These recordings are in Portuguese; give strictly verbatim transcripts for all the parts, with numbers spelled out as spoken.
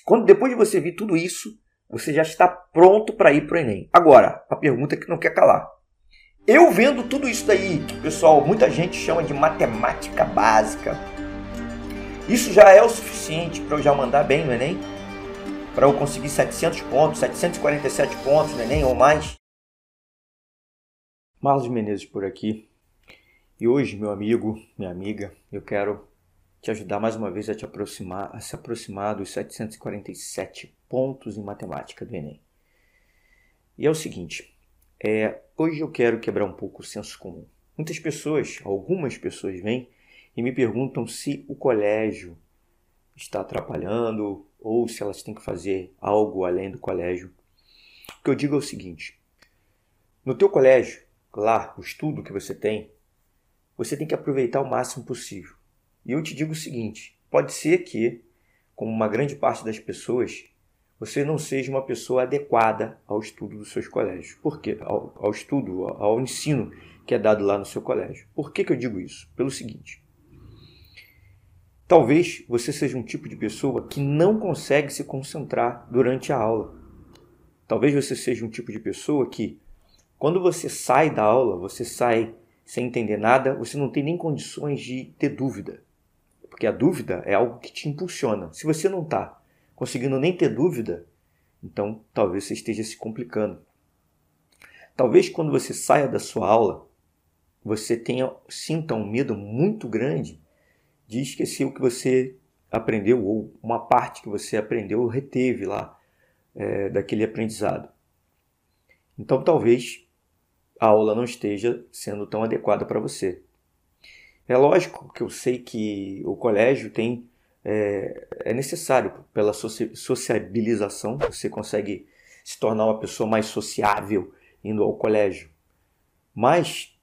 Quando, depois de você ver tudo isso, você já está pronto para ir para o Enem. Agora, a pergunta que não quer calar. Eu vendo tudo isso daí, que pessoal, muita gente chama de matemática básica, isso já é o suficiente para eu já mandar bem no Enem? Para eu conseguir setecentos pontos, setecentos e quarenta e sete pontos no Enem ou mais? Marlos Menezes por aqui. E hoje, meu amigo, minha amiga, eu quero te ajudar mais uma vez a te aproximar, a se aproximar dos setecentos e quarenta e sete pontos em matemática do Enem. E é o seguinte, é, hoje eu quero quebrar um pouco o senso comum. Muitas pessoas, algumas pessoas vêm e me perguntam se o colégio está atrapalhando ou se elas têm que fazer algo além do colégio. O que eu digo é o seguinte, no teu colégio, lá, o estudo que você tem, você tem que aproveitar o máximo possível. E eu te digo o seguinte, pode ser que, como uma grande parte das pessoas, você não seja uma pessoa adequada ao estudo dos seus colégios. Por quê? Ao, ao estudo, ao ensino que é dado lá no seu colégio. Por que que eu digo isso? Pelo seguinte, talvez você seja um tipo de pessoa que não consegue se concentrar durante a aula. Talvez você seja um tipo de pessoa que, quando você sai da aula, você sai sem entender nada, você não tem nem condições de ter dúvida. Porque a dúvida é algo que te impulsiona. Se você não está conseguindo nem ter dúvida, então talvez você esteja se complicando. Talvez quando você saia da sua aula, você tenha, sinta um medo muito grande de esquecer o que você aprendeu ou uma parte que você aprendeu ou reteve lá é, daquele aprendizado. Então talvez a aula não esteja sendo tão adequada para você. É lógico que eu sei que o colégio tem, é, é necessário pela sociabilização, você consegue se tornar uma pessoa mais sociável indo ao colégio. Mas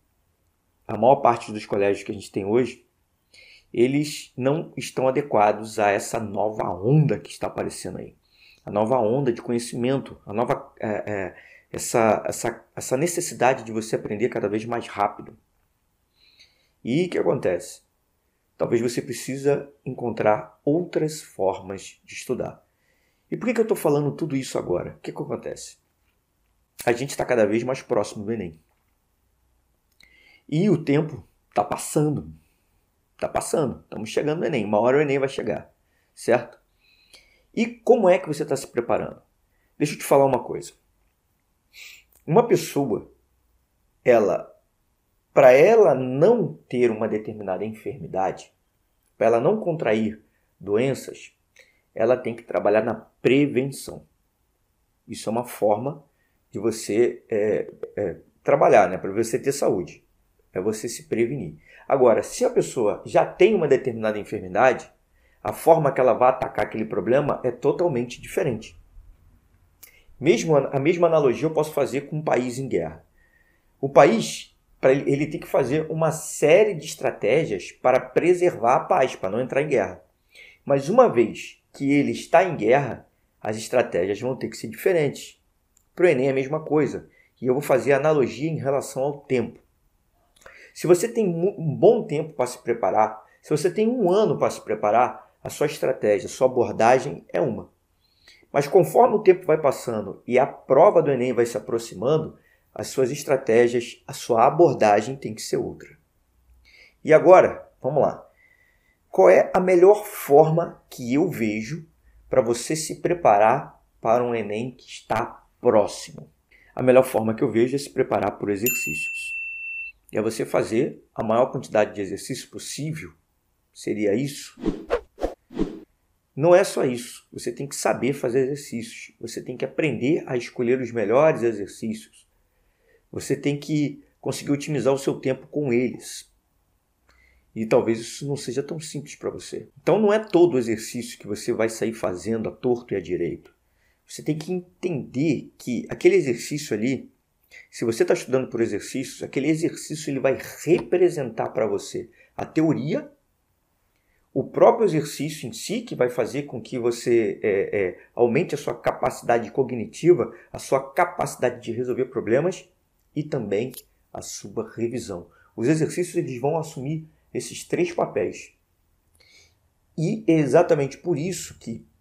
a maior parte dos colégios que a gente tem hoje, eles não estão adequados a essa nova onda que está aparecendo aí. A nova onda de conhecimento, a nova, é, é, essa, essa, essa necessidade de você aprender cada vez mais rápido. E o que acontece? Talvez você precisa encontrar outras formas de estudar. E por que que eu estou falando tudo isso agora? O que que acontece? A gente está cada vez mais próximo do Enem. E o tempo está passando. Está passando. Estamos chegando no Enem. Uma hora o Enem vai chegar. Certo? E como é que você está se preparando? Deixa eu te falar uma coisa. Uma pessoa, ela... Para ela não ter uma determinada enfermidade, para ela não contrair doenças, ela tem que trabalhar na prevenção. Isso é uma forma de você é, é, trabalhar, né? Para você ter saúde. É você se prevenir. Agora, se a pessoa já tem uma determinada enfermidade, a forma que ela vai atacar aquele problema é totalmente diferente. Mesmo a mesma analogia eu posso fazer com um país em guerra. O país... Ele, ele tem que fazer uma série de estratégias para preservar a paz, para não entrar em guerra. Mas uma vez que ele está em guerra, as estratégias vão ter que ser diferentes. Para o Enem é a mesma coisa. E eu vou fazer analogia em relação ao tempo. Se você tem um bom tempo para se preparar, se você tem um ano para se preparar, a sua estratégia, a sua abordagem é uma. Mas conforme o tempo vai passando e a prova do Enem vai se aproximando, as suas estratégias, a sua abordagem tem que ser outra. E agora, vamos lá. Qual é a melhor forma que eu vejo para você se preparar para um Enem que está próximo? A melhor forma que eu vejo é se preparar por exercícios. É você fazer a maior quantidade de exercícios possível. Seria isso? Não é só isso. Você tem que saber fazer exercícios. Você tem que aprender a escolher os melhores exercícios. Você tem que conseguir otimizar o seu tempo com eles. E talvez isso não seja tão simples para você. Então não é todo exercício que você vai sair fazendo à torto e à direito. Você tem que entender que aquele exercício ali, se você está estudando por exercícios, aquele exercício ele vai representar para você a teoria, o próprio exercício em si, que vai fazer com que você é, é, aumente a sua capacidade cognitiva, a sua capacidade de resolver problemas, e também a sua revisão. Os exercícios eles vão assumir esses três papéis. E é exatamente por isso que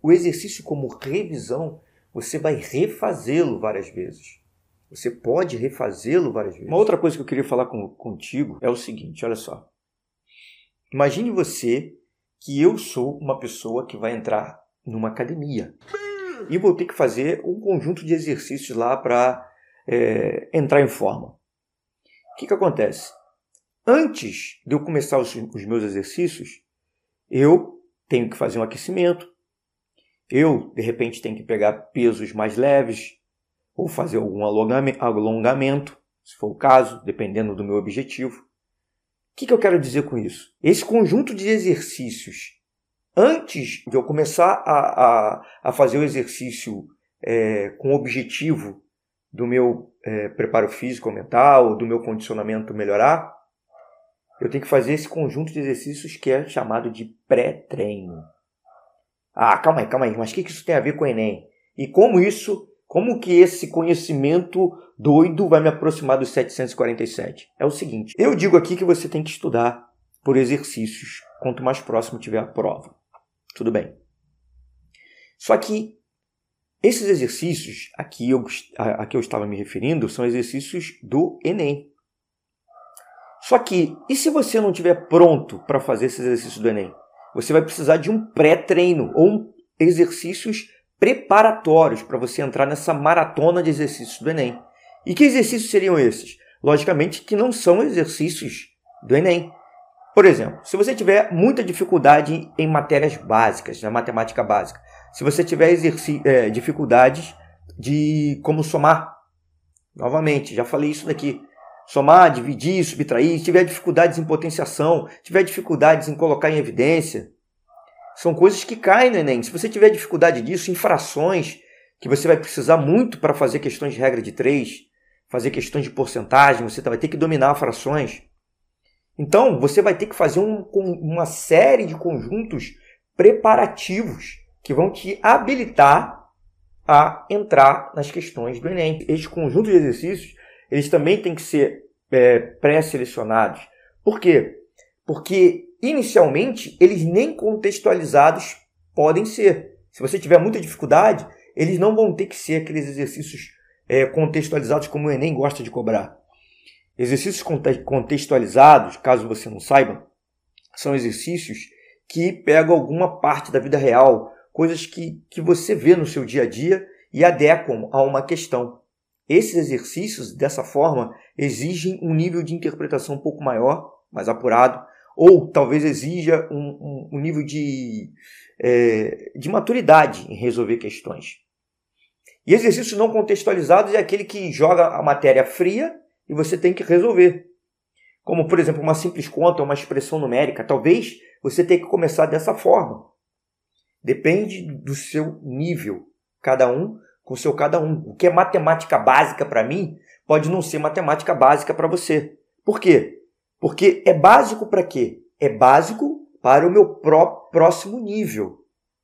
o exercício como revisão, você vai refazê-lo várias vezes. Você pode refazê-lo várias vezes. Uma outra coisa que eu queria falar com, contigo é o seguinte, olha só. Imagine você que eu sou uma pessoa que vai entrar numa academia e vou ter que fazer um conjunto de exercícios lá para é, entrar em forma. O que, que acontece? Antes de eu começar os, os meus exercícios, eu tenho que fazer um aquecimento, eu, de repente, tenho que pegar pesos mais leves, ou fazer algum alongamento, se for o caso, dependendo do meu objetivo. O que, que eu quero dizer com isso? Esse conjunto de exercícios, antes de eu começar a, a, a fazer o exercício é, com o objetivo do meu é, preparo físico ou mental, do meu condicionamento melhorar, eu tenho que fazer esse conjunto de exercícios que é chamado de pré-treino. Ah, calma aí, calma aí, mas o que isso tem a ver com o Enem? E como isso, como que esse conhecimento doido vai me aproximar dos setecentos e quarenta e sete? É o seguinte, eu digo aqui que você tem que estudar por exercícios, quanto mais próximo tiver a prova. Tudo bem. Só que esses exercícios, aqui eu, a que eu estava me referindo, são exercícios do Enem. Só que, e se você não estiver pronto para fazer esses exercícios do Enem? Você vai precisar de um pré-treino ou um exercícios preparatórios para você entrar nessa maratona de exercícios do Enem. E que exercícios seriam esses? Logicamente que não são exercícios do Enem. Por exemplo, se você tiver muita dificuldade em matérias básicas, na matemática básica, se você tiver exerci- é, dificuldades de como somar, novamente, já falei isso daqui, somar, dividir, subtrair, se tiver dificuldades em potenciação, tiver dificuldades em colocar em evidência, são coisas que caem no Enem. Se você tiver dificuldade disso, em frações, que você vai precisar muito para fazer questões de regra de três, fazer questões de porcentagem, você vai ter que dominar frações. Então, você vai ter que fazer um, uma série de conjuntos preparativos que vão te habilitar a entrar nas questões do Enem. Este conjunto de exercícios, eles também têm que ser é, pré-selecionados. Por quê? Porque, inicialmente, eles nem contextualizados podem ser. Se você tiver muita dificuldade, eles não vão ter que ser aqueles exercícios é, contextualizados como o Enem gosta de cobrar. Exercícios contextualizados, caso você não saiba, são exercícios que pegam alguma parte da vida real, coisas que, que você vê no seu dia a dia e adequam a uma questão. Esses exercícios, dessa forma, exigem um nível de interpretação um pouco maior, mais apurado, ou talvez exija um, um, um nível de, é, de maturidade em resolver questões. E exercícios não contextualizados é aquele que joga a matéria fria e você tem que resolver. Como, por exemplo, uma simples conta, uma expressão numérica. Talvez você tenha que começar dessa forma. Depende do seu nível. Cada um com o seu cada um. O que é matemática básica para mim pode não ser matemática básica para você. Por quê? Porque é básico para quê? É básico para o meu pró- próximo nível.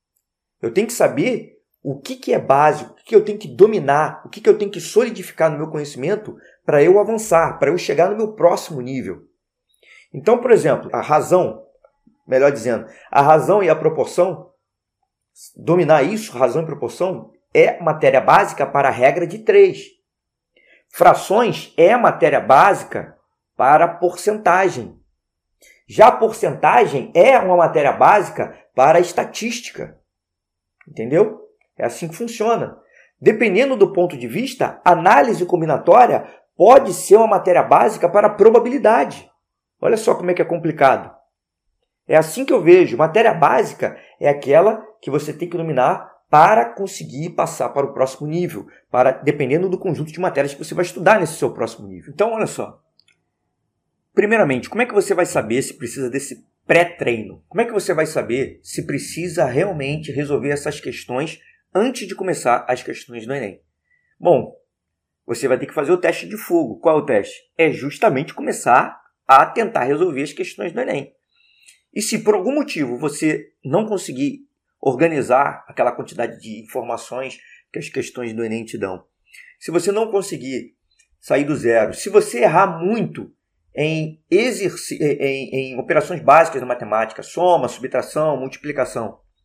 Eu tenho que saber o que, que é básico, o que, que eu tenho que dominar, o que, que eu tenho que solidificar no meu conhecimento para eu avançar, para eu chegar no meu próximo nível. Então, por exemplo, a razão, melhor dizendo, a razão e a proporção, dominar isso, razão e proporção, é matéria básica para a regra de três. Frações é matéria básica para porcentagem. Já a porcentagem é uma matéria básica para a estatística. Entendeu? É assim que funciona. Dependendo do ponto de vista, análise combinatória pode ser uma matéria básica para a probabilidade. Olha só como é que é complicado. É assim que eu vejo. Matéria básica é aquela que você tem que dominar para conseguir passar para o próximo nível, para dependendo do conjunto de matérias que você vai estudar nesse seu próximo nível. Então, olha só. Primeiramente, como é que você vai saber se precisa desse pré-treino? Como é que você vai saber se precisa realmente resolver essas questões antes de começar as questões do Enem? Bom, você vai ter que fazer o teste de fogo. Qual é o teste? É justamente começar a tentar resolver as questões do Enem. E se por algum motivo você não conseguir organizar aquela quantidade de informações que as questões do Enem te dão, se você não conseguir sair do zero, se você errar muito em, exerci- em, em operações básicas da matemática, soma, subtração, multiplicação,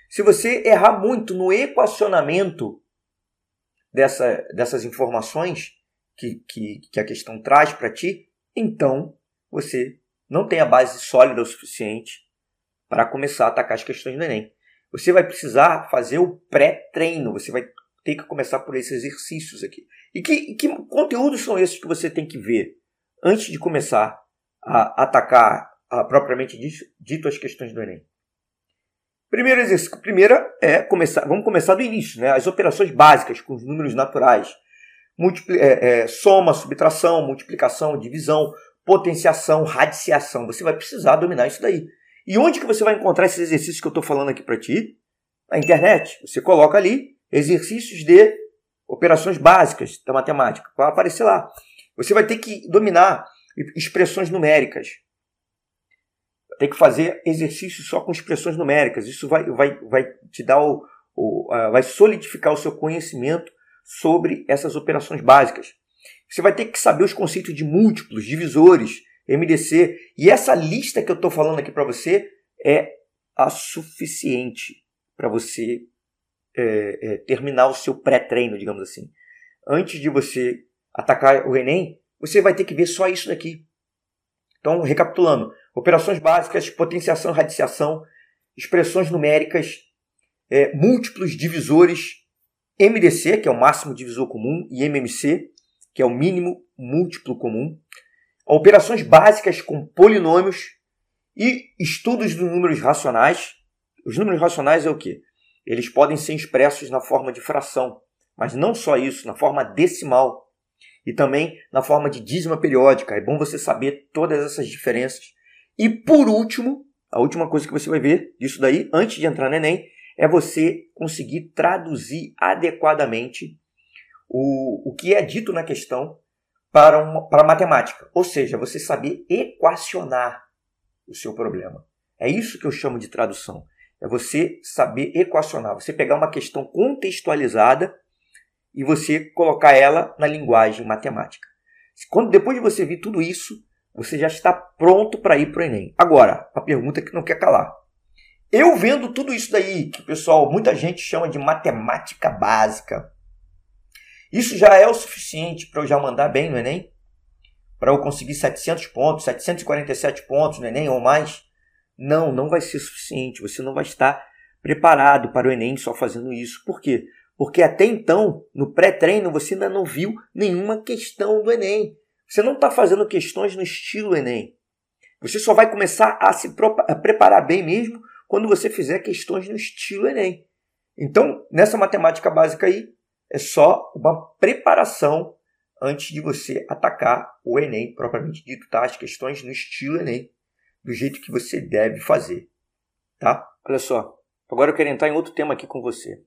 Se você errar muito no equacionamento dessa, dessas informações que, que, que a questão traz para ti, então você não tem a base sólida o suficiente para começar a atacar as questões do Enem. Você vai precisar fazer o pré-treino, você vai ter que começar por esses exercícios aqui. E que, que conteúdos são esses que você tem que ver antes de começar a atacar a, propriamente dito as questões do Enem? Primeiro exercício, primeira é começar, vamos começar do início, né? As operações básicas com os números naturais. Multipli, é, é, soma, subtração, multiplicação, divisão, potenciação, radiciação. Você vai precisar dominar isso daí. E onde que você vai encontrar esses exercícios que eu estou falando aqui para ti? Na internet. Você coloca ali exercícios de operações básicas da matemática. Vai aparecer lá. Você vai ter que dominar expressões numéricas. Vai ter que fazer exercícios só com expressões numéricas. Isso vai, vai, vai te dar o, o, uh, vai solidificar o seu conhecimento sobre essas operações básicas. Você vai ter que saber os conceitos de múltiplos, divisores, M D C. E essa lista que eu estou falando aqui para você é a suficiente para você é, é, terminar o seu pré-treino, digamos assim. Antes de você atacar o Enem, você vai ter que ver só isso daqui. Então, recapitulando. Operações básicas, potenciação, radiciação, expressões numéricas, é, múltiplos divisores, M D C, que é o máximo divisor comum, e M M C, que é o mínimo múltiplo comum. Operações básicas com polinômios e estudos dos números racionais. Os números racionais é o quê? Eles podem ser expressos na forma de fração, mas não só isso, na forma decimal e também na forma de dízima periódica. É bom você saber todas essas diferenças. E por último, a última coisa que você vai ver disso daí, antes de entrar no Enem, é você conseguir traduzir adequadamente o, o que é dito na questão para, uma, para a matemática. Ou seja, você saber equacionar o seu problema. É isso que eu chamo de tradução. É você saber equacionar. Você pegar uma questão contextualizada e você colocar ela na linguagem matemática. Quando, depois de você ver tudo isso, você já está pronto para ir para o Enem. Agora, a pergunta que não quer calar. Eu vendo tudo isso daí, que pessoal, muita gente chama de matemática básica. Isso já é o suficiente para eu já mandar bem no Enem? Para eu conseguir setecentos pontos, setecentos e quarenta e sete pontos no Enem ou mais? Não, não vai ser suficiente. Você não vai estar preparado para o Enem só fazendo isso. Por quê? Porque até então, no pré-treino, você ainda não viu nenhuma questão do Enem. Você não está fazendo questões no estilo Enem. Você só vai começar a se a preparar bem mesmo quando você fizer questões no estilo Enem. Então, nessa matemática básica aí, é só uma preparação antes de você atacar o Enem, propriamente dito, tá? As questões no estilo Enem, do jeito que você deve fazer, tá? Olha só, agora eu quero entrar em outro tema aqui com você.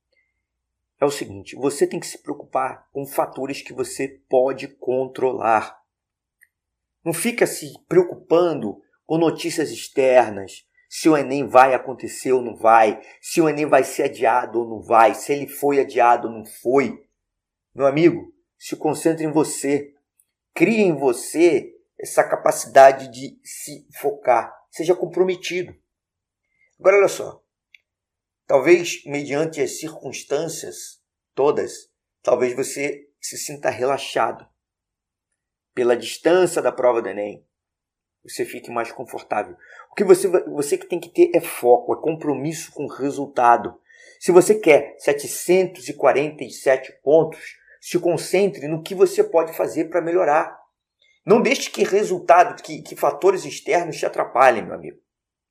É o seguinte, você tem que se preocupar com fatores que você pode controlar. Não fica se preocupando com notícias externas, se o Enem vai acontecer ou não vai, se o Enem vai ser adiado ou não vai, se ele foi adiado ou não foi. Meu amigo, se concentre em você. Crie em você essa capacidade de se focar. Seja comprometido. Agora, olha só. Talvez, mediante as circunstâncias todas, talvez você se sinta relaxado. Pela distância da prova do Enem, você fique mais confortável. O que você, você que tem que ter é foco, é compromisso com o resultado. Se você quer setecentos e quarenta e sete pontos, se concentre no que você pode fazer para melhorar. Não deixe que resultado, que, que fatores externos te atrapalhem, meu amigo.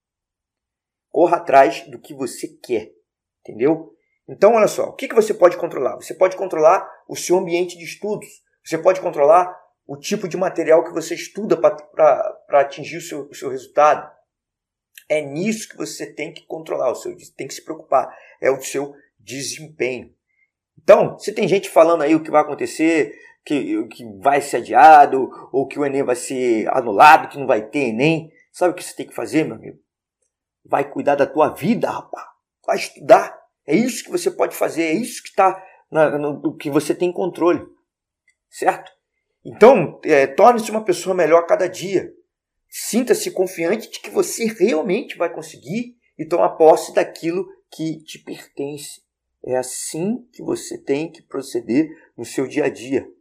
Corra atrás do que você quer, entendeu? Então, olha só, o que, que você pode controlar? Você pode controlar o seu ambiente de estudos. Você pode controlar o tipo de material que você estuda para atingir o seu, o seu resultado. É nisso que você tem que controlar, o seu, tem que se preocupar. É o seu desempenho. Então, se tem gente falando aí o que vai acontecer, que, que vai ser adiado, ou que o Enem vai ser anulado, que não vai ter Enem, sabe o que você tem que fazer, meu amigo? Vai cuidar da tua vida, rapaz. Vai estudar. É isso que você pode fazer, é isso que está no que você tem controle. Certo? Então, é, torne-se uma pessoa melhor a cada dia. Sinta-se confiante de que você realmente vai conseguir e tomar posse daquilo que te pertence. É assim que você tem que proceder no seu dia a dia.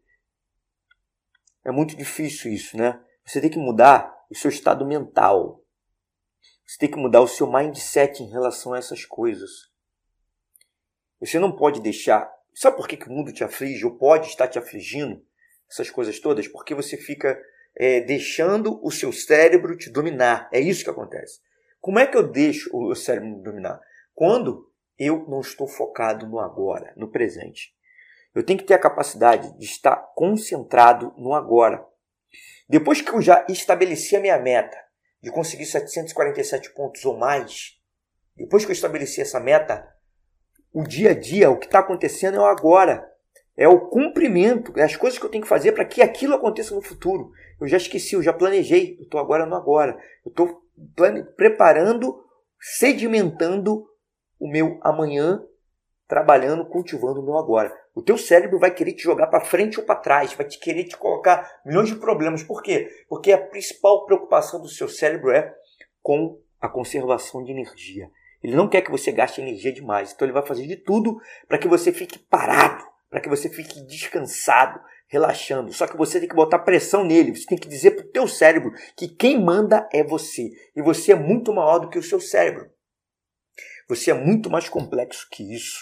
É muito difícil isso, né? Você tem que mudar o seu estado mental. Você tem que mudar o seu mindset em relação a essas coisas. Você não pode deixar... Sabe por que, que o mundo te aflige ou pode estar te afligindo? Essas coisas todas? Porque você fica é, deixando o seu cérebro te dominar. É isso que acontece. Como é que eu deixo o cérebro me dominar? Quando eu não estou focado no agora, no presente. Eu tenho que ter a capacidade de estar concentrado no agora. Depois que eu já estabeleci a minha meta de conseguir setecentos e quarenta e sete pontos ou mais, depois que eu estabeleci essa meta, o dia a dia, o que está acontecendo é o agora. É o cumprimento, é as coisas que eu tenho que fazer para que aquilo aconteça no futuro. Eu já esqueci, eu já planejei, eu estou agora no agora. Eu estou preparando, sedimentando o meu amanhã, trabalhando, cultivando o meu agora. O teu cérebro vai querer te jogar para frente ou para trás, vai te querer te colocar milhões de problemas. Por quê? Porque a principal preocupação do seu cérebro é com a conservação de energia. Ele não quer que você gaste energia demais, então ele vai fazer de tudo para que você fique parado, para que você fique descansado, relaxando. Só que você tem que botar pressão nele, você tem que dizer para o teu cérebro que quem manda é você. E você é muito maior do que o seu cérebro. Você é muito mais complexo que isso.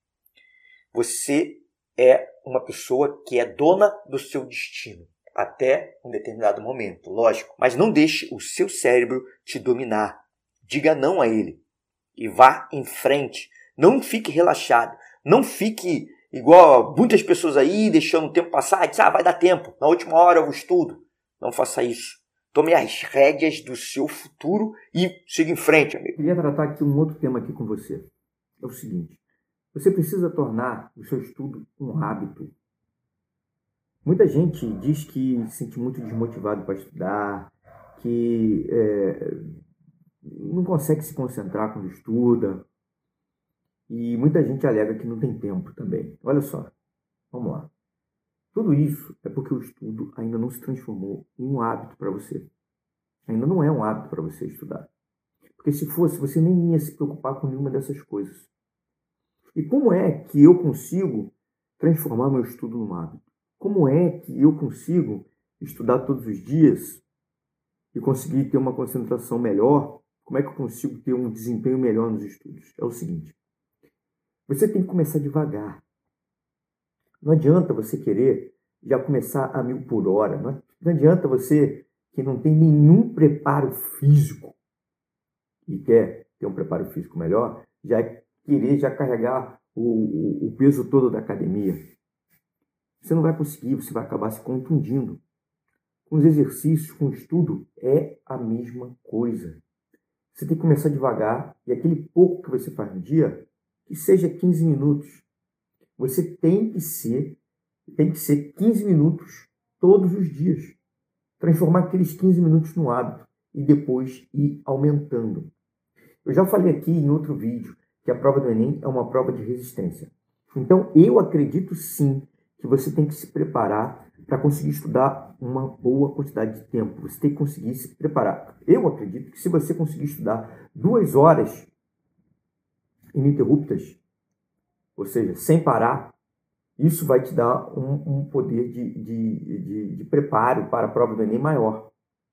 Você é uma pessoa que é dona do seu destino, até um determinado momento, lógico. Mas não deixe o seu cérebro te dominar. Diga não a ele e vá em frente. Não fique relaxado. Não fique igual muitas pessoas aí, deixando o tempo passar. Diz, ah, vai dar tempo. Na última hora eu estudo. Não faça isso. Tome as rédeas do seu futuro e siga em frente, amigo. Eu queria tratar aqui um outro tema aqui com você. É o seguinte. Você precisa tornar o seu estudo um hábito. Muita gente diz que se sente muito desmotivado para estudar, que é, não consegue se concentrar quando estuda. E muita gente alega que não tem tempo também. Olha só, vamos lá. Tudo isso é porque o estudo ainda não se transformou em um hábito para você. Ainda não é um hábito para você estudar. Porque se fosse, você nem ia se preocupar com nenhuma dessas coisas. E como é que eu consigo transformar meu estudo num hábito? Como é que eu consigo estudar todos os dias e conseguir ter uma concentração melhor? Como é que eu consigo ter um desempenho melhor nos estudos? É o seguinte, você tem que começar devagar. Não adianta você querer já começar a mil por hora. Não adianta você que não tem nenhum preparo físico e quer ter um preparo físico melhor, já querer já carregar o, o, o peso todo da academia. Você não vai conseguir, você vai acabar se contundindo. Com os exercícios, com o estudo, é a mesma coisa. Você tem que começar devagar e aquele pouco que você faz no dia, que seja quinze minutos. Você tem que ser, tem que ser quinze minutos todos os dias. Transformar aqueles quinze minutos num hábito e depois ir aumentando. Eu já falei aqui em outro vídeo que a prova do Enem é uma prova de resistência. Então, eu acredito sim que você tem que se preparar para conseguir estudar uma boa quantidade de tempo. Você tem que conseguir se preparar. Eu acredito que se você conseguir estudar duas horas ininterruptas, ou seja, sem parar, isso vai te dar um, um poder de, de, de, de preparo para a prova do Enem maior.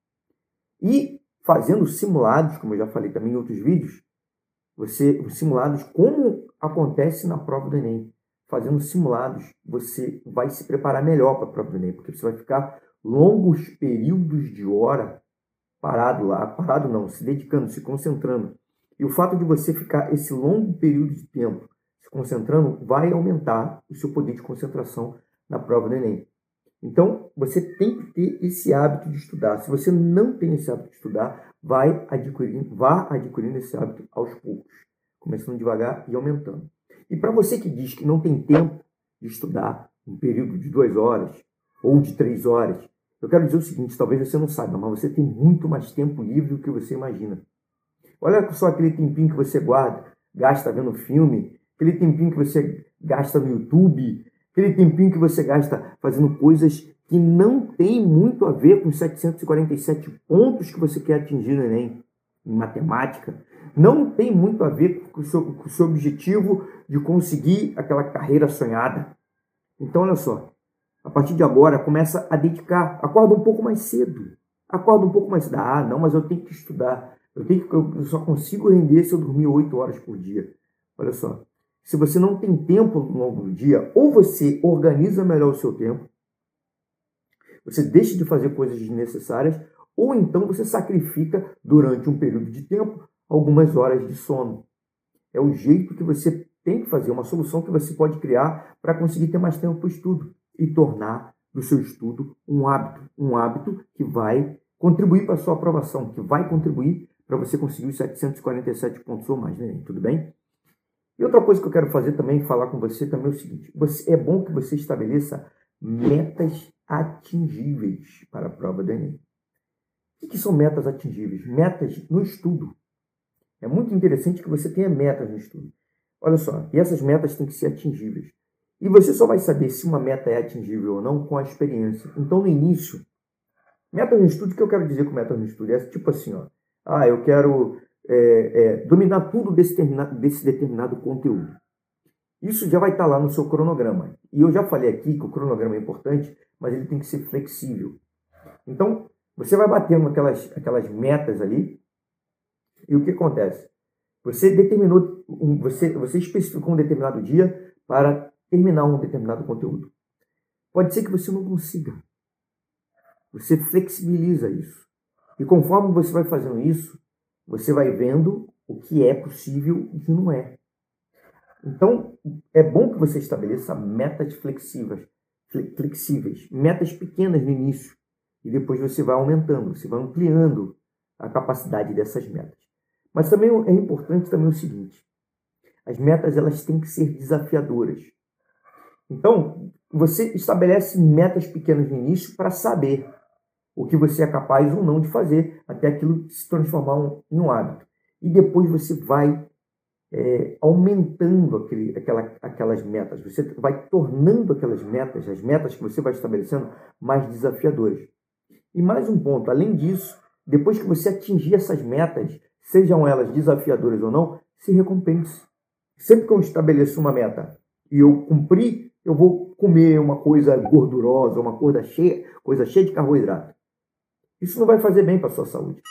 E fazendo simulados, como eu já falei também em outros vídeos, você, os simulados, como acontece na prova do Enem. Fazendo simulados, você vai se preparar melhor para a prova do Enem, porque você vai ficar longos períodos de hora parado lá, parado não, se dedicando, se concentrando. E o fato de você ficar esse longo período de tempo se concentrando vai aumentar o seu poder de concentração na prova do Enem. Então, você tem que ter esse hábito de estudar. Se você não tem esse hábito de estudar, vai adquirindo, vá adquirindo esse hábito aos poucos, começando devagar e aumentando. E para você que diz que não tem tempo de estudar um período de duas horas ou de três horas, eu quero dizer o seguinte, talvez você não saiba, mas você tem muito mais tempo livre do que você imagina. Olha só aquele tempinho que você guarda, gasta vendo filme, aquele tempinho que você gasta no YouTube, aquele tempinho que você gasta fazendo coisas que não tem muito a ver com os setecentos e quarenta e sete pontos que você quer atingir no Enem. em matemática, não tem muito a ver com o seu, com o seu objetivo de conseguir aquela carreira sonhada. Então, olha só, a partir de agora, começa a dedicar, acorda um pouco mais cedo, acorda um pouco mais cedo. Ah, não, mas eu tenho que estudar, eu, tenho que, eu só consigo render se eu dormir oito horas por dia. Olha só, se você não tem tempo no longo do dia, ou você organiza melhor o seu tempo, você deixa de fazer coisas desnecessárias, ou então você sacrifica durante um período de tempo algumas horas de sono. É o jeito que você tem que fazer, uma solução que você pode criar para conseguir ter mais tempo para o estudo e tornar do seu estudo um hábito, um hábito que vai contribuir para a sua aprovação, que vai contribuir para você conseguir os setecentos e quarenta e sete pontos ou mais, né? Tudo bem? E outra coisa que eu quero fazer também, falar com você também é o seguinte, você, é bom que você estabeleça metas atingíveis para a prova do Enem. O que são metas atingíveis? Metas no estudo. É muito interessante que você tenha metas no estudo. Olha só, e essas metas têm que ser atingíveis. E você só vai saber se uma meta é atingível ou não com a experiência. Então, no início, metas no estudo, o que eu quero dizer com metas no estudo? É tipo assim, ó, ah, eu quero é, é, dominar tudo desse, desse determinado conteúdo. Isso já vai estar lá no seu cronograma. E eu já falei aqui que o cronograma é importante, mas ele tem que ser flexível. Então, você vai batendo aquelas, aquelas metas ali, e o que acontece? Você determinou, um, você, você especificou um determinado dia para terminar um determinado conteúdo. Pode ser que você não consiga. Você flexibiliza isso. E conforme você vai fazendo isso, você vai vendo o que é possível e o que não é. Então, é bom que você estabeleça metas flexíveis, flexíveis, metas pequenas no início. E depois você vai aumentando, você vai ampliando a capacidade dessas metas. Mas também é importante também o seguinte, as metas elas têm que ser desafiadoras. Então, você estabelece metas pequenas no início para saber o que você é capaz ou não de fazer, até aquilo se transformar um, em um hábito. E depois você vai é, aumentando aquele, aquela, aquelas metas, você vai tornando aquelas metas, as metas que você vai estabelecendo, mais desafiadoras. E mais um ponto, além disso, depois que você atingir essas metas, sejam elas desafiadoras ou não, se recompense. Sempre que eu estabeleço uma meta e eu cumprir, eu vou comer uma coisa gordurosa, uma coisa cheia, coisa cheia de carboidrato. Isso não vai fazer bem para a sua saúde.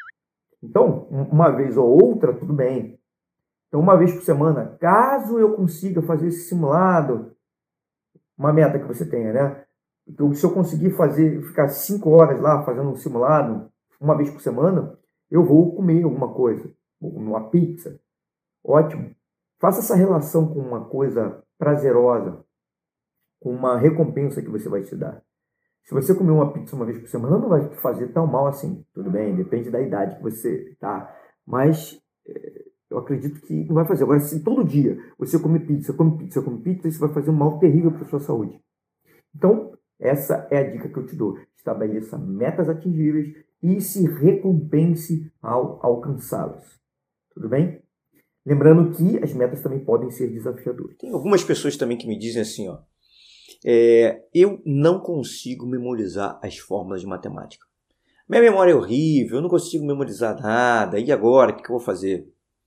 Então, uma vez ou outra, tudo bem. Então, uma vez por semana, caso eu consiga fazer esse simulado, uma meta que você tenha, né? Então, se eu conseguir fazer, ficar cinco horas lá fazendo um simulado, uma vez por semana, eu vou comer alguma coisa, uma pizza. Ótimo. Faça essa relação com uma coisa prazerosa, com uma recompensa que você vai te dar. Se você comer uma pizza uma vez por semana, não vai te fazer tão mal assim. Tudo bem, depende da idade que você tá. Mas é, eu acredito que não vai fazer. Agora, se todo dia você come pizza, come pizza, come pizza, isso vai fazer um mal terrível para a sua saúde. Então, essa é a dica que eu te dou. Estabeleça metas atingíveis e se recompense ao alcançá-las. Tudo bem? Lembrando que as metas também podem ser desafiadoras. Tem algumas pessoas também que me dizem assim, ó, é, eu não consigo memorizar as fórmulas de matemática. Minha memória é horrível, eu não consigo memorizar nada. E agora, o que eu vou fazer?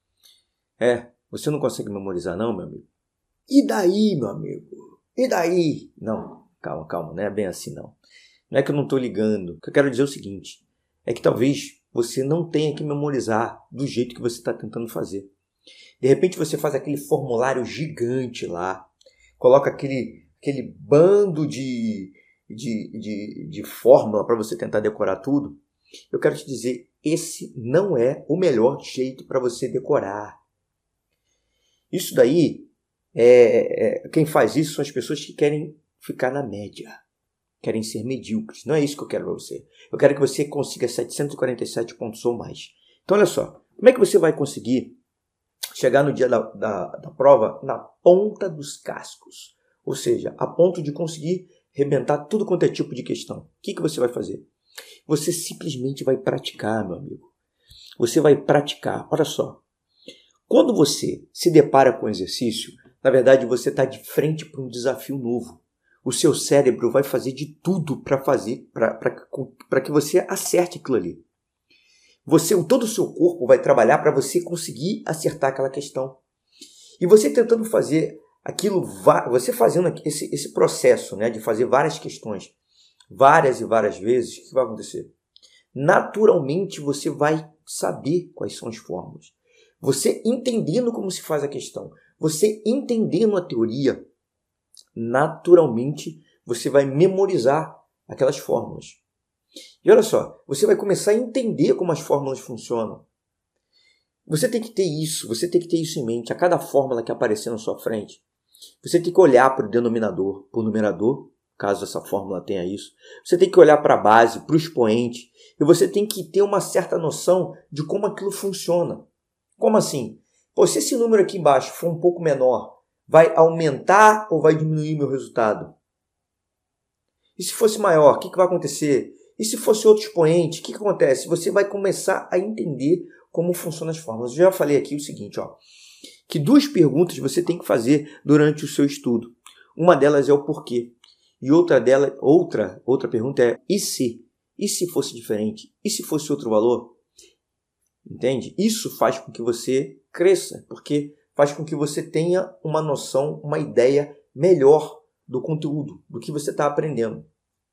É, você não consegue memorizar não, meu amigo? E daí, meu amigo? E daí? Não, calma, calma, não é bem assim não. Não é que eu não estou ligando. O que eu quero dizer é o seguinte, é que talvez você não tenha que memorizar do jeito que você está tentando fazer. De repente você faz aquele formulário gigante lá, coloca aquele, aquele bando de, de, de, de fórmula para você tentar decorar tudo. Eu quero te dizer, esse não é o melhor jeito para você decorar. Isso daí, é, é, quem faz isso são as pessoas que querem ficar na média, querem ser medíocres. Não é isso que eu quero para você. Eu quero que você consiga setecentos e quarenta e sete pontos ou mais. Então, olha só, como é que você vai conseguir chegar no dia da, da, da prova na ponta dos cascos? Ou seja, a ponto de conseguir arrebentar tudo quanto é tipo de questão. O que, que você vai fazer? Você simplesmente vai praticar, meu amigo. Você vai praticar. Olha só. Quando você se depara com um exercício, na verdade você está de frente para um desafio novo. O seu cérebro vai fazer de tudo para fazer, para que você acerte aquilo ali. Você, todo o seu corpo vai trabalhar para você conseguir acertar aquela questão. E você tentando fazer aquilo, você fazendo esse, esse processo, né, de fazer várias questões, várias e várias vezes, o que vai acontecer? Naturalmente você vai saber quais são as fórmulas. Você entendendo como se faz a questão, você entendendo a teoria, naturalmente você vai memorizar aquelas fórmulas. E olha só, você vai começar a entender como as fórmulas funcionam. Você tem que ter isso, você tem que ter isso em mente. A cada fórmula que aparecer na sua frente, você tem que olhar para o denominador, para o numerador, caso essa fórmula tenha isso. Você tem que olhar para a base, para o expoente. E você tem que ter uma certa noção de como aquilo funciona. Como assim? Pô, se esse número aqui embaixo for um pouco menor, vai aumentar ou vai diminuir meu resultado? E se fosse maior, o que, que vai acontecer? E se fosse outro expoente, o que, que acontece? Você vai começar a entender como funcionam as fórmulas. Eu já falei aqui o seguinte, ó, que duas perguntas você tem que fazer durante o seu estudo. Uma delas é o porquê. E outra, dela, outra, outra pergunta é e se? E se fosse diferente? E se fosse outro valor? Entende? Isso faz com que você cresça, porque faz com que você tenha uma noção, uma ideia melhor do conteúdo, do que você está aprendendo.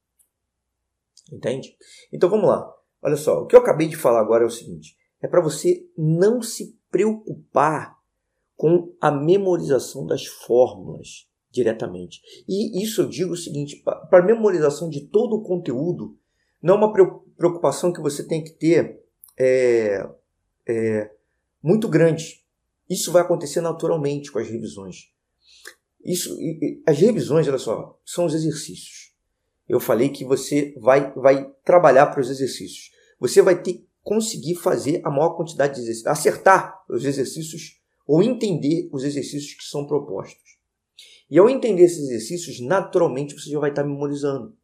Entende? Então vamos lá. Olha só, o que eu acabei de falar agora é o seguinte. É para você não se preocupar com a memorização das fórmulas diretamente. E isso eu digo o seguinte, para a memorização de todo o conteúdo, não é uma preocupação que você tem que ter é, é, muito grande. Isso vai acontecer naturalmente com as revisões. Isso, as revisões, olha só, são os exercícios. Eu falei que você vai, vai trabalhar para os exercícios. Você vai ter que conseguir fazer a maior quantidade de exercícios, acertar os exercícios ou entender os exercícios que são propostos. E ao entender esses exercícios, naturalmente você já vai estar memorizando.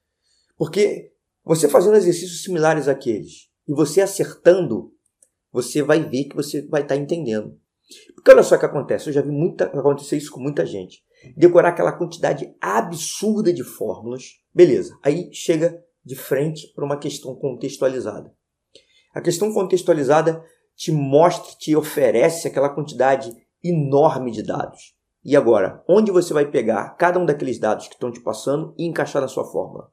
Porque você fazendo exercícios similares àqueles e você acertando, você vai ver que você vai estar entendendo. Porque olha só o que acontece, eu já vi muita, acontecer isso com muita gente. Decorar aquela quantidade absurda de fórmulas, beleza. Aí chega de frente para uma questão contextualizada. A questão contextualizada te mostra, te oferece aquela quantidade enorme de dados. E agora, onde você vai pegar cada um daqueles dados que estão te passando e encaixar na sua fórmula?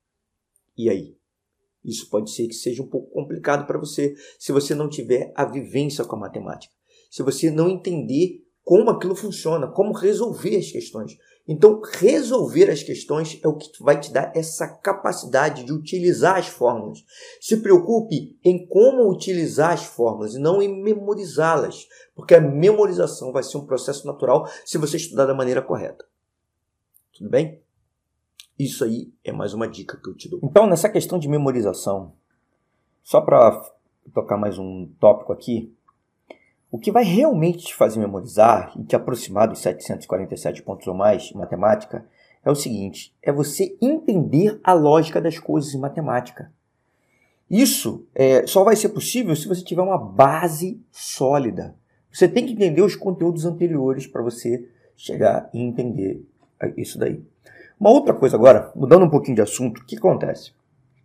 E aí? Isso pode ser que seja um pouco complicado para você, se você não tiver a vivência com a matemática. Se você não entender como aquilo funciona, como resolver as questões. Então, resolver as questões é o que vai te dar essa capacidade de utilizar as fórmulas. Se preocupe em como utilizar as fórmulas e não em memorizá-las, porque a memorização vai ser um processo natural se você estudar da maneira correta. Tudo bem? Isso aí é mais uma dica que eu te dou. Então, nessa questão de memorização, só para tocar mais um tópico aqui, o que vai realmente te fazer memorizar e te aproximar dos setecentos e quarenta e sete pontos ou mais em matemática é o seguinte, é você entender a lógica das coisas em matemática. Isso é, só vai ser possível se você tiver uma base sólida. Você tem que entender os conteúdos anteriores para você chegar e entender isso daí. Uma outra coisa agora, mudando um pouquinho de assunto, o que acontece?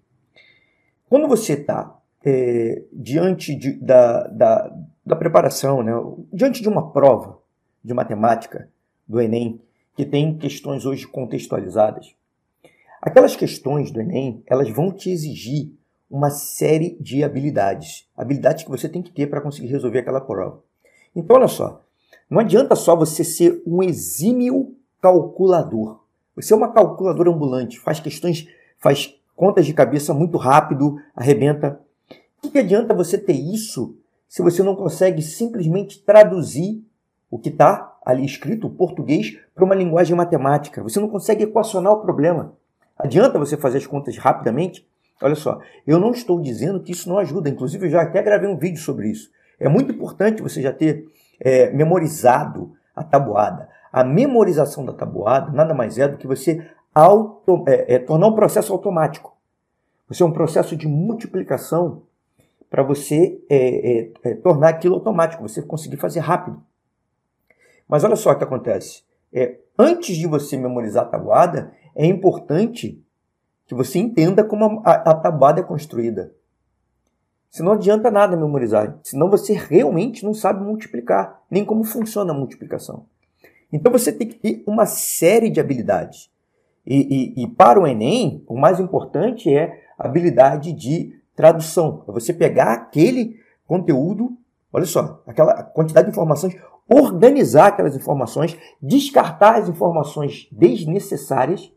Quando você está é, diante de, da, da, da preparação, né, diante de uma prova de matemática do Enem, que tem questões hoje contextualizadas, aquelas questões do Enem, elas vão te exigir uma série de habilidades, habilidades que você tem que ter para conseguir resolver aquela prova. Então, olha só, não adianta só você ser um exímio calculador. Você é uma calculadora ambulante, faz questões, faz contas de cabeça muito rápido, arrebenta. O que, que adianta você ter isso se você não consegue simplesmente traduzir o que está ali escrito, o português, para uma linguagem matemática? Você não consegue equacionar o problema. Adianta você fazer as contas rapidamente? Olha só, eu não estou dizendo que isso não ajuda. Inclusive, eu já até gravei um vídeo sobre isso. É muito importante você já ter é, memorizado a tabuada. A memorização da tabuada nada mais é do que você auto, é, é, tornar um processo automático. Você é um processo de multiplicação para você é, é, é, tornar aquilo automático, você conseguir fazer rápido. Mas olha só o que acontece. É, antes de você memorizar a tabuada, é importante que você entenda como a, a, a tabuada é construída. Se não adianta nada memorizar, senão você realmente não sabe multiplicar, nem como funciona a multiplicação. Então você tem que ter uma série de habilidades. E, e, e para o Enem, o mais importante é a habilidade de tradução. É você pegar aquele conteúdo, olha só, aquela quantidade de informações, organizar aquelas informações, descartar as informações desnecessárias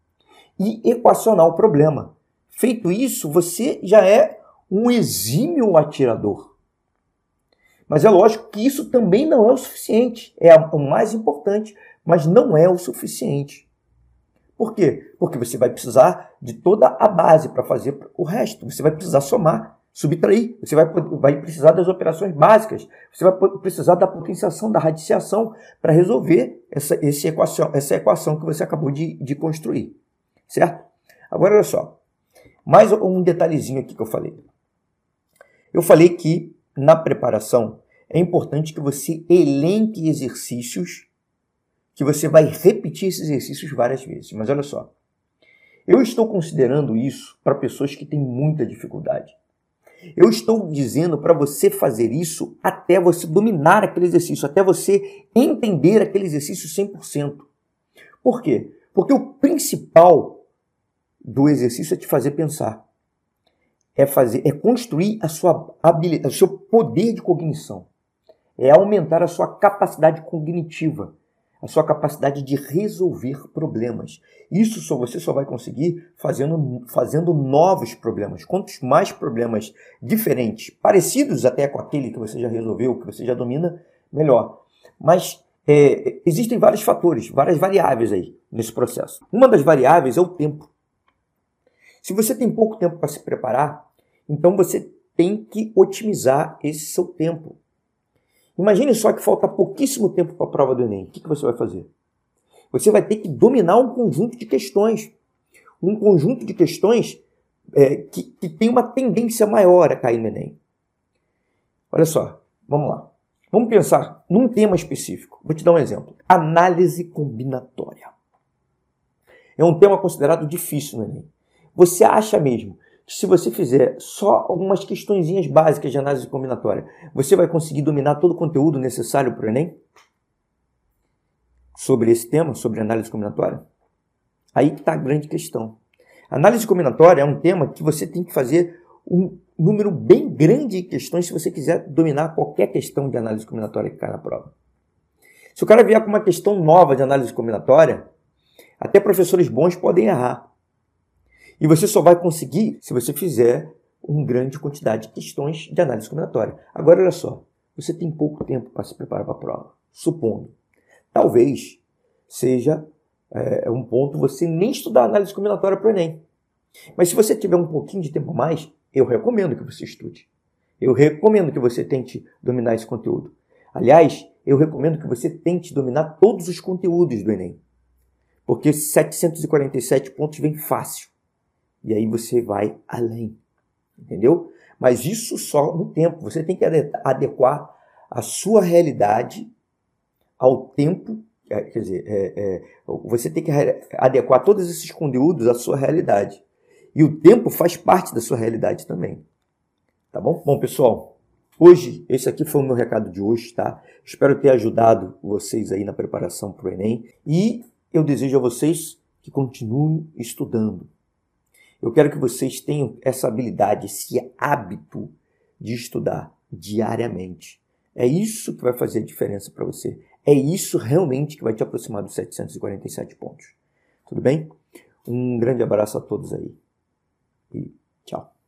e equacionar o problema. Feito isso, você já é um exímio atirador. Mas é lógico que isso também não é o suficiente. É o mais importante, mas não é o suficiente. Por quê? Porque você vai precisar de toda a base para fazer o resto. Você vai precisar somar, subtrair. Você vai, vai precisar das operações básicas. Você vai precisar da potenciação, da radiciação para resolver essa, essa, equação, essa equação que você acabou de, de construir. Certo? Agora, olha só. Mais um detalhezinho aqui que eu falei. Eu falei que, na preparação, é importante que você elenque exercícios, que você vai repetir esses exercícios várias vezes. Mas olha só, eu estou considerando isso para pessoas que têm muita dificuldade. Eu estou dizendo para você fazer isso até você dominar aquele exercício, até você entender aquele exercício cem por cento. Por quê? Porque o principal do exercício é te fazer pensar. É, fazer, é construir a sua habilidade, o seu poder de cognição. É aumentar a sua capacidade cognitiva, a sua capacidade de resolver problemas. Isso só, você só vai conseguir fazendo, fazendo novos problemas. Quantos mais problemas diferentes, parecidos até com aquele que você já resolveu, que você já domina, melhor. Mas é, existem vários fatores, várias variáveis aí nesse processo. Uma das variáveis é o tempo. Se você tem pouco tempo para se preparar, então você tem que otimizar esse seu tempo. Imagine só que falta pouquíssimo tempo para a prova do Enem. O que, que você vai fazer? Você vai ter que dominar um conjunto de questões. Um conjunto de questões é, que, que tem uma tendência maior a cair no Enem. Olha só, vamos lá. Vamos pensar num tema específico. Vou te dar um exemplo. Análise combinatória. É um tema considerado difícil no Enem. Você acha mesmo que se você fizer só algumas questõezinhas básicas de análise combinatória, você vai conseguir dominar todo o conteúdo necessário para o Enem? Sobre esse tema, sobre análise combinatória? Aí que está a grande questão. Análise combinatória é um tema que você tem que fazer um número bem grande de questões se você quiser dominar qualquer questão de análise combinatória que cai na prova. Se o cara vier com uma questão nova de análise combinatória, até professores bons podem errar. E você só vai conseguir se você fizer uma grande quantidade de questões de análise combinatória. Agora, olha só, você tem pouco tempo para se preparar para a prova. Supondo, talvez seja é, um ponto você nem estudar análise combinatória para o Enem. Mas se você tiver um pouquinho de tempo a mais, eu recomendo que você estude. Eu recomendo que você tente dominar esse conteúdo. Aliás, eu recomendo que você tente dominar todos os conteúdos do Enem. Porque setecentos e quarenta e sete pontos vem fácil. E aí você vai além, entendeu? Mas isso só no tempo. Você tem que adequar a sua realidade ao tempo. Quer dizer, é, é, você tem que adequar todos esses conteúdos à sua realidade. E o tempo faz parte da sua realidade também. Tá bom? Bom, pessoal, hoje, esse aqui foi o meu recado de hoje, tá? Espero ter ajudado vocês aí na preparação para o Enem. E eu desejo a vocês que continuem estudando. Eu quero que vocês tenham essa habilidade, esse hábito de estudar diariamente. É isso que vai fazer a diferença para você. É isso realmente que vai te aproximar dos setecentos e quarenta e sete pontos. Tudo bem? Um grande abraço a todos aí. E tchau.